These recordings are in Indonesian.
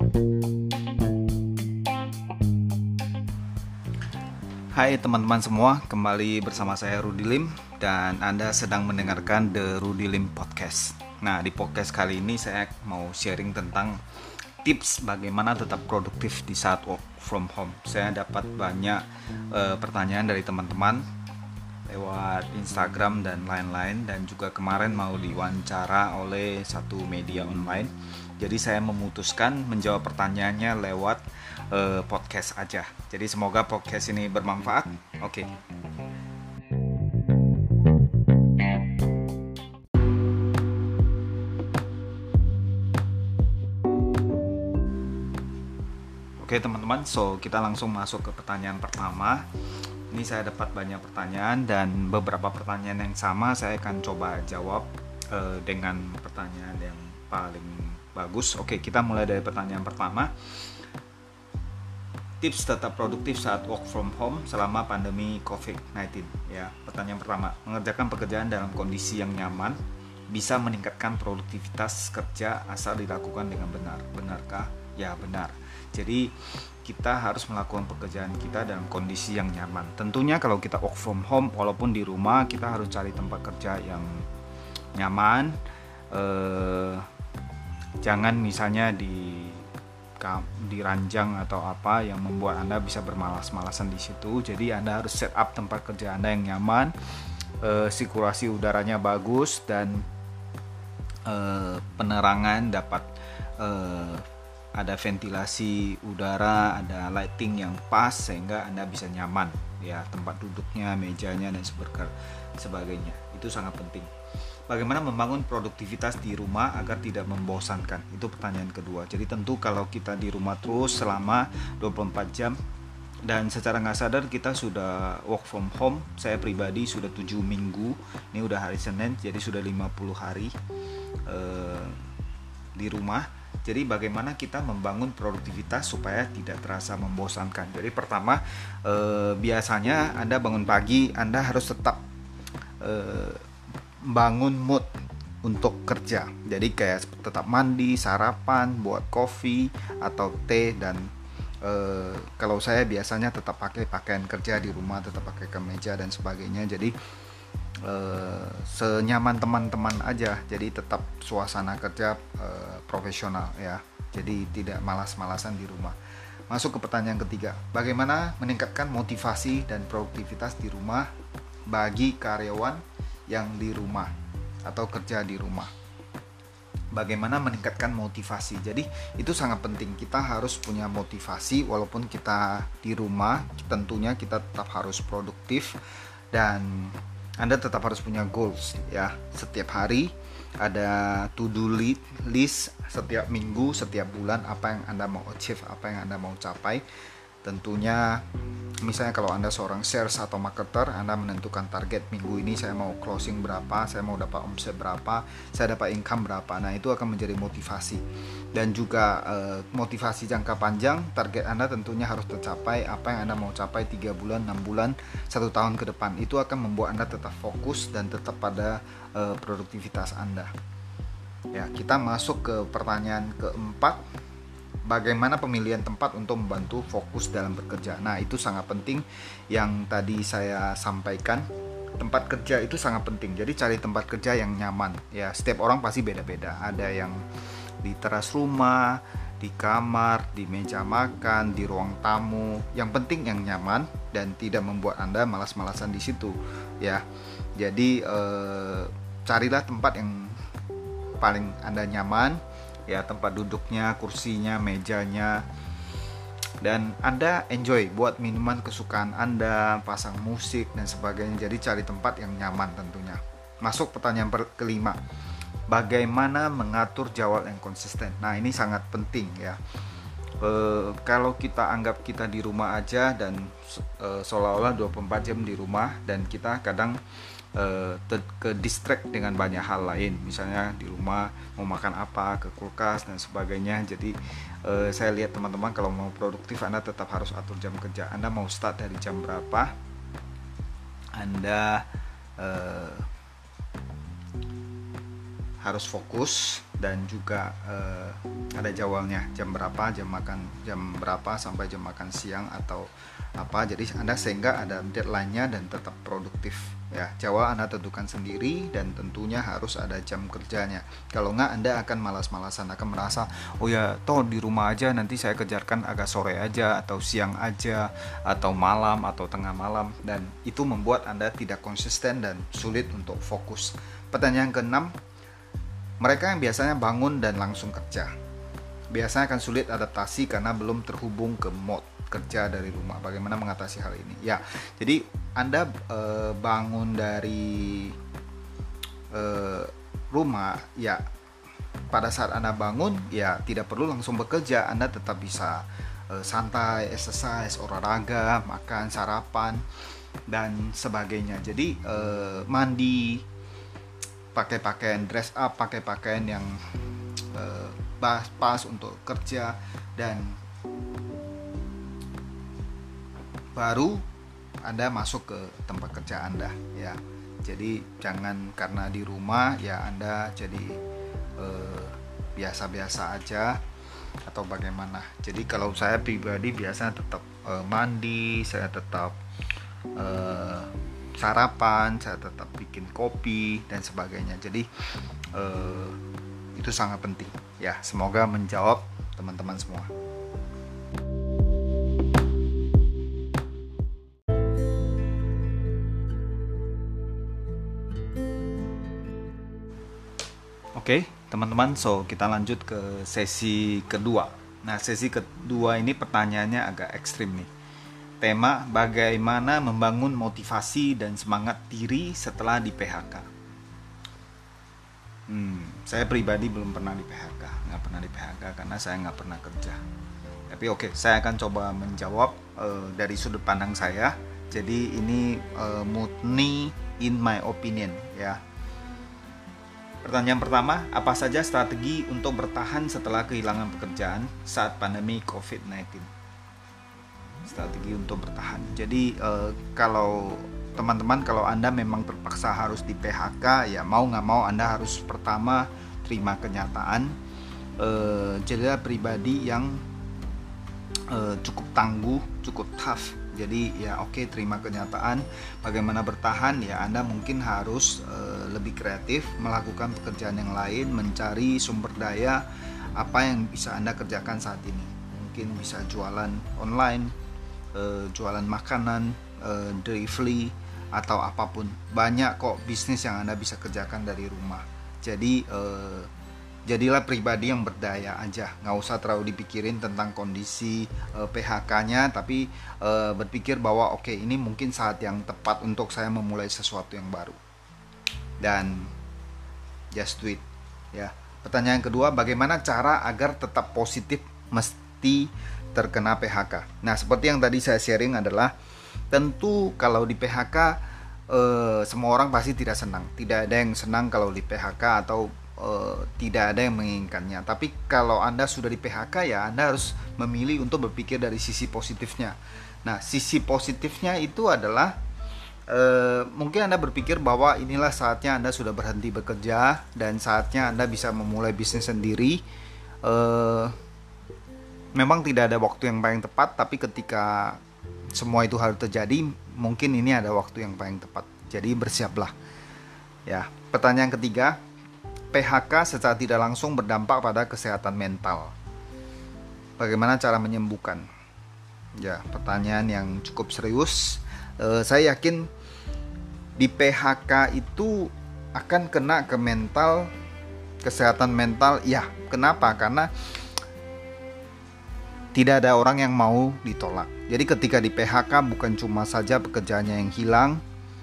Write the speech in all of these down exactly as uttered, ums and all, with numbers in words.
Hai teman-teman semua, kembali bersama saya Rudy Lim dan Anda sedang mendengarkan The Rudy Lim Podcast. Nah, di podcast kali ini saya mau sharing tentang tips bagaimana tetap produktif di saat work from home. Saya dapat banyak uh, pertanyaan dari teman-teman lewat Instagram dan lain-lain, dan juga kemarin mau diwawancara oleh satu media online. Jadi saya memutuskan menjawab pertanyaannya lewat uh, podcast aja. Jadi semoga podcast ini bermanfaat. Oke. Okay. Oke okay, teman-teman, so kita langsung masuk ke pertanyaan pertama. Ini saya dapat banyak pertanyaan dan beberapa pertanyaan yang sama saya akan coba jawab uh, dengan pertanyaan yang paling bagus. Oke, kita mulai dari pertanyaan pertama. Tips tetap produktif saat work from home selama pandemi covid sembilan belas. Ya, pertanyaan pertama, mengerjakan pekerjaan dalam kondisi yang nyaman bisa meningkatkan produktivitas kerja asal dilakukan dengan benar. Benarkah? Ya, benar. Jadi kita harus melakukan pekerjaan kita dalam kondisi yang nyaman. Tentunya kalau kita work from home, walaupun di rumah, kita harus cari tempat kerja yang nyaman. Eh, jangan misalnya di di ranjang atau apa yang membuat Anda bisa bermalas-malasan di situ. Jadi Anda harus set up tempat kerja Anda yang nyaman, eh, sirkulasi udaranya bagus, dan eh, penerangan dapat eh, ada ventilasi udara, ada lighting yang pas sehingga Anda bisa nyaman, ya, tempat duduknya, mejanya dan sebagainya. Itu sangat penting. Bagaimana membangun produktivitas di rumah agar tidak membosankan? Itu pertanyaan kedua. Jadi tentu kalau kita di rumah terus selama dua puluh empat jam dan secara nggak sadar kita sudah work from home. Saya pribadi sudah tujuh minggu. Ini udah hari Senin, jadi sudah lima puluh hari eh, di rumah. Jadi bagaimana kita membangun produktivitas supaya tidak terasa membosankan? Jadi pertama, eh, biasanya Anda bangun pagi, Anda harus tetap eh, bangun mood untuk kerja. Jadi kayak tetap mandi, sarapan, buat kopi atau teh, dan eh, kalau saya biasanya tetap pakai pakaian kerja di rumah, tetap pakai kemeja dan sebagainya. Jadi Uh, senyaman teman-teman aja, jadi tetap suasana kerja uh, profesional, ya, jadi tidak malas-malasan di rumah. Masuk ke pertanyaan ketiga, bagaimana meningkatkan motivasi dan produktivitas di rumah bagi karyawan yang di rumah atau kerja di rumah. Bagaimana meningkatkan motivasi? Jadi itu sangat penting, kita harus punya motivasi walaupun kita di rumah. Tentunya kita tetap harus produktif dan Anda tetap harus punya goals, ya. Setiap hari ada to-do list, setiap minggu, setiap bulan, apa yang Anda mau achieve, apa yang Anda mau capai. Tentunya misalnya kalau Anda seorang sales atau marketer, Anda menentukan target minggu ini saya mau closing berapa, saya mau dapat omset berapa, saya dapat income berapa. Nah, itu akan menjadi motivasi. Dan juga eh, motivasi jangka panjang, target Anda tentunya harus tercapai. Apa yang Anda mau capai tiga bulan, enam bulan, satu tahun ke depan. Itu akan membuat Anda tetap fokus dan tetap pada eh, produktivitas Anda. Ya, kita masuk ke pertanyaan keempat. Bagaimana pemilihan tempat untuk membantu fokus dalam bekerja? Nah, itu sangat penting yang tadi saya sampaikan. Tempat kerja itu sangat penting. Jadi cari tempat kerja yang nyaman. Ya, setiap orang pasti beda-beda. Ada yang di teras rumah, di kamar, di meja makan, di ruang tamu. Yang penting yang nyaman dan tidak membuat Anda malas-malasan di situ, ya. Jadi eh, carilah tempat yang paling Anda nyaman, ya, tempat duduknya, kursinya, mejanya, dan Anda enjoy buat minuman kesukaan Anda, pasang musik dan sebagainya. Jadi cari tempat yang nyaman tentunya. Masuk pertanyaan kelima, bagaimana mengatur jadwal yang konsisten? Nah, ini sangat penting, ya. E, kalau kita anggap kita di rumah aja dan e, seolah-olah dua puluh empat jam di rumah, dan kita kadang Uh, ke distract dengan banyak hal lain, misalnya di rumah mau makan apa, ke kulkas dan sebagainya. Jadi uh, saya lihat teman-teman kalau mau produktif Anda tetap harus atur jam kerja. Anda mau start dari jam berapa, Anda uh, harus fokus dan juga uh, ada jadwalnya, jam berapa jam makan jam berapa sampai jam makan siang atau apa. Jadi Anda sehingga ada deadline-nya dan tetap produktif ya. Jadwal Anda tentukan sendiri dan tentunya harus ada jam kerjanya. Kalau enggak Anda akan malas-malasan, akan merasa oh ya toh di rumah aja, nanti saya kejarkan agak sore aja atau siang aja atau malam atau tengah malam, dan itu membuat Anda tidak konsisten dan sulit untuk fokus. Pertanyaan keenam, mereka yang biasanya bangun dan langsung kerja biasanya akan sulit adaptasi karena belum terhubung ke mode kerja dari rumah. Bagaimana mengatasi hal ini? Ya, jadi Anda e, bangun dari e, rumah, ya pada saat Anda bangun, ya tidak perlu langsung bekerja. Anda tetap bisa e, santai, exercise, olahraga, makan, sarapan, dan sebagainya. Jadi e, mandi, pakai pakaian dress up, pakai pakaian yang uh, pas, pas untuk kerja, dan baru Anda masuk ke tempat kerja Anda ya. Jadi jangan karena di rumah ya Anda jadi uh, biasa-biasa aja atau bagaimana. Jadi kalau saya pribadi biasanya tetap uh, mandi, saya tetap uh, sarapan, saya tetap bikin kopi dan sebagainya. Jadi eh, itu sangat penting ya. Semoga menjawab teman-teman semua. Oke teman-teman, so kita lanjut ke sesi kedua. Nah sesi kedua ini pertanyaannya agak ekstrim nih. Tema bagaimana membangun motivasi dan semangat diri setelah di P H K. Hmm, saya pribadi belum pernah di P H K, nggak pernah di P H K karena saya nggak pernah kerja. Tapi oke, okay, saya akan coba menjawab uh, dari sudut pandang saya. Jadi ini uh, murni in my opinion ya. Pertanyaan pertama, apa saja strategi untuk bertahan setelah kehilangan pekerjaan saat pandemi covid sembilan belas? Strategi untuk bertahan. Jadi eh, kalau teman-teman, kalau Anda memang terpaksa harus di P H K, ya mau nggak mau Anda harus pertama terima kenyataan. Eh, jadilah pribadi yang eh, cukup tangguh, cukup tough. Jadi ya oke okay, terima kenyataan. Bagaimana bertahan? Ya Anda mungkin harus eh, lebih kreatif, melakukan pekerjaan yang lain, mencari sumber daya apa yang bisa Anda kerjakan saat ini. Mungkin bisa jualan online, Uh, jualan makanan, uh, delivery atau apapun. Banyak kok bisnis yang Anda bisa kerjakan dari rumah. Jadi uh, jadilah pribadi yang berdaya aja, nggak usah terlalu dipikirin tentang kondisi uh, P H K-nya, tapi uh, berpikir bahwa oke okay, ini mungkin saat yang tepat untuk saya memulai sesuatu yang baru, dan just do it ya. Pertanyaan kedua, bagaimana cara agar tetap positif mesti terkena P H K. Nah seperti yang tadi saya sharing adalah, tentu kalau di P H K eh, semua orang pasti tidak senang. Tidak ada yang senang kalau di P H K atau eh, tidak ada yang menginginkannya. Tapi kalau Anda sudah di P H K ya Anda harus memilih untuk berpikir dari sisi positifnya. Nah sisi positifnya itu adalah eh, mungkin Anda berpikir bahwa inilah saatnya Anda sudah berhenti bekerja dan saatnya Anda bisa memulai bisnis sendiri. Eh, Memang tidak ada waktu yang paling tepat, tapi ketika semua itu harus terjadi, mungkin ini ada waktu yang paling tepat. Jadi bersiaplah. Ya, pertanyaan ketiga, P H K secara tidak langsung berdampak pada kesehatan mental. Bagaimana cara menyembuhkan? Ya, pertanyaan yang cukup serius. E, saya yakin di P H K itu akan kena ke mental, kesehatan mental. Ya, kenapa? Karena tidak ada orang yang mau ditolak. Jadi ketika di P H K bukan cuma saja pekerjaannya yang hilang,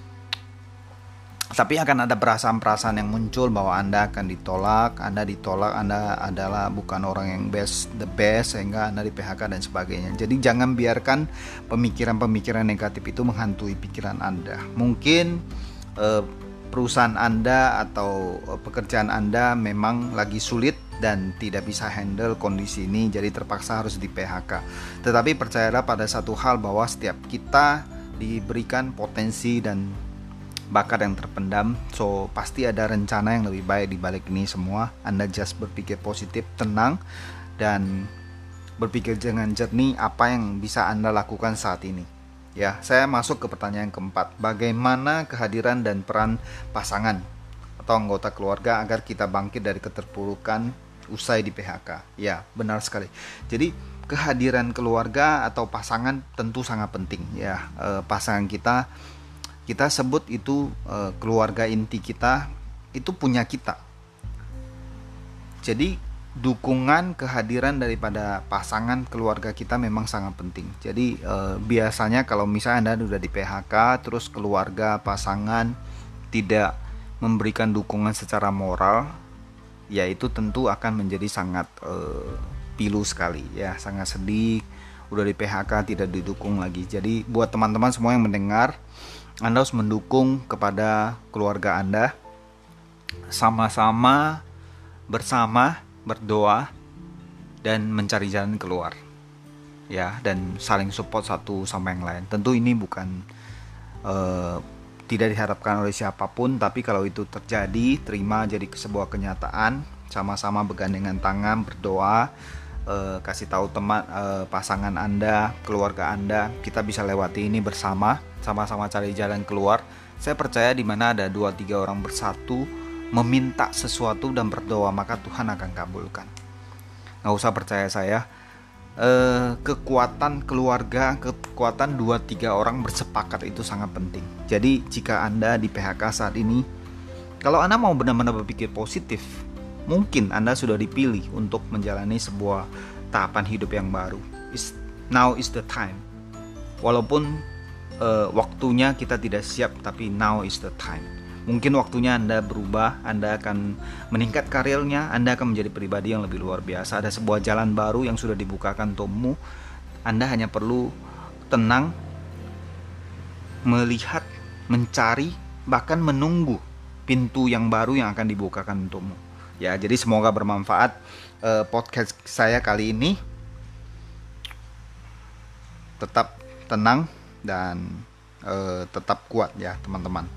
tapi akan ada perasaan-perasaan yang muncul bahwa Anda akan ditolak, Anda ditolak, Anda adalah bukan orang yang best, the best, sehingga Anda di P H K dan sebagainya. Jadi jangan biarkan pemikiran-pemikiran negatif itu menghantui pikiran Anda. Mungkin eh, perusahaan Anda atau pekerjaan Anda memang lagi sulit dan tidak bisa handle kondisi ini, jadi terpaksa harus di P H K. Tetapi percayalah pada satu hal, bahwa setiap kita diberikan potensi dan bakat yang terpendam. So pasti ada rencana yang lebih baik di balik ini semua. Anda just berpikir positif, tenang, dan berpikir dengan jernih apa yang bisa Anda lakukan saat ini. Ya, saya masuk ke pertanyaan keempat. Bagaimana kehadiran dan peran pasangan atau anggota keluarga agar kita bangkit dari keterpurukan usai di P H K? Ya, benar sekali. Jadi kehadiran keluarga atau pasangan tentu sangat penting. Ya, eh, pasangan kita kita sebut itu eh, keluarga inti kita, itu punya kita. Jadi dukungan kehadiran daripada pasangan keluarga kita memang sangat penting. Jadi eh, biasanya kalau misalnya Anda sudah di P H K terus keluarga pasangan tidak memberikan dukungan secara moral, ya itu tentu akan menjadi sangat eh, pilu sekali ya, sangat sedih. Udah di P H K tidak didukung lagi. Jadi buat teman-teman semua yang mendengar, Anda harus mendukung kepada keluarga Anda, sama-sama bersama berdoa dan mencari jalan keluar ya, dan saling support satu sama yang lain. Tentu ini bukan uh, tidak diharapkan oleh siapapun, tapi kalau itu terjadi, terima jadi sebuah kenyataan. Sama-sama bergandengan tangan berdoa, uh, kasih tahu teman uh, pasangan Anda, keluarga Anda, kita bisa lewati ini bersama, sama-sama cari jalan keluar. Saya percaya di mana ada dua tiga orang bersatu meminta sesuatu dan berdoa, maka Tuhan akan kabulkan. Nggak usah percaya saya, eh, kekuatan keluarga, kekuatan dua tiga orang bersepakat itu sangat penting. Jadi jika Anda di P H K saat ini, kalau Anda mau benar-benar berpikir positif, mungkin Anda sudah dipilih untuk menjalani sebuah tahapan hidup yang baru. It's, now is the time. Walaupun eh, waktunya kita tidak siap, tapi now is the time. Mungkin waktunya Anda berubah, Anda akan meningkat karirnya, Anda akan menjadi pribadi yang lebih luar biasa. Ada sebuah jalan baru yang sudah dibukakan untukmu. Anda hanya perlu tenang, melihat, mencari, bahkan menunggu pintu yang baru yang akan dibukakan untukmu. Ya, jadi semoga bermanfaat eh, podcast saya kali ini. Tetap tenang dan eh, tetap kuat ya teman-teman.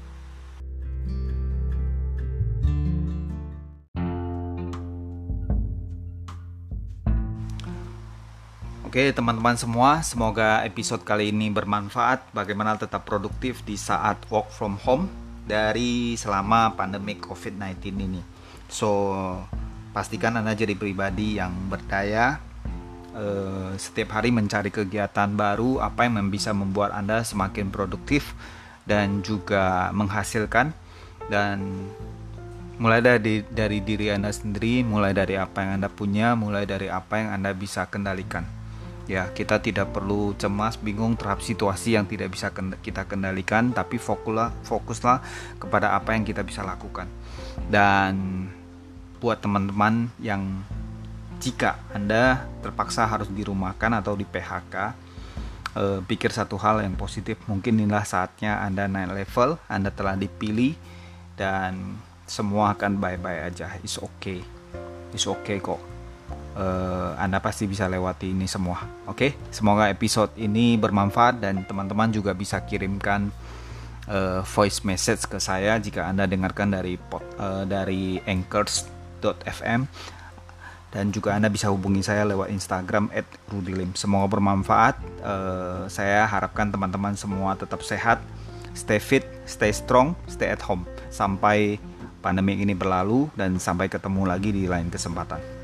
Oke teman-teman semua, semoga episode kali ini bermanfaat. Bagaimana tetap produktif di saat work from home dari selama pandemi covid sembilan belas ini. So pastikan Anda jadi pribadi yang berdaya, eh, setiap hari mencari kegiatan baru, apa yang bisa membuat Anda semakin produktif dan juga menghasilkan. Dan mulai dari, dari diri Anda sendiri, mulai dari apa yang Anda punya, mulai dari apa yang Anda bisa kendalikan. Ya, kita tidak perlu cemas, bingung terhadap situasi yang tidak bisa kita kendalikan, tapi fokuslah, fokuslah kepada apa yang kita bisa lakukan. Dan buat teman-teman yang jika Anda terpaksa harus dirumahkan atau di P H K, eh, pikir satu hal yang positif. Mungkin inilah saatnya Anda naik level, Anda telah dipilih, dan semua akan baik-baik aja. It's okay, it's okay kok. Uh, Anda pasti bisa lewati ini semua. Oke, okay? Semoga episode ini bermanfaat dan teman-teman juga bisa kirimkan uh, voice message ke saya jika Anda dengarkan dari pod, uh, dari anchors dot f m, dan juga Anda bisa hubungi saya lewat Instagram at rudilim. Semoga bermanfaat. Uh, saya harapkan teman-teman semua tetap sehat, stay fit, stay strong, stay at home sampai pandemi ini berlalu, dan sampai ketemu lagi di lain kesempatan.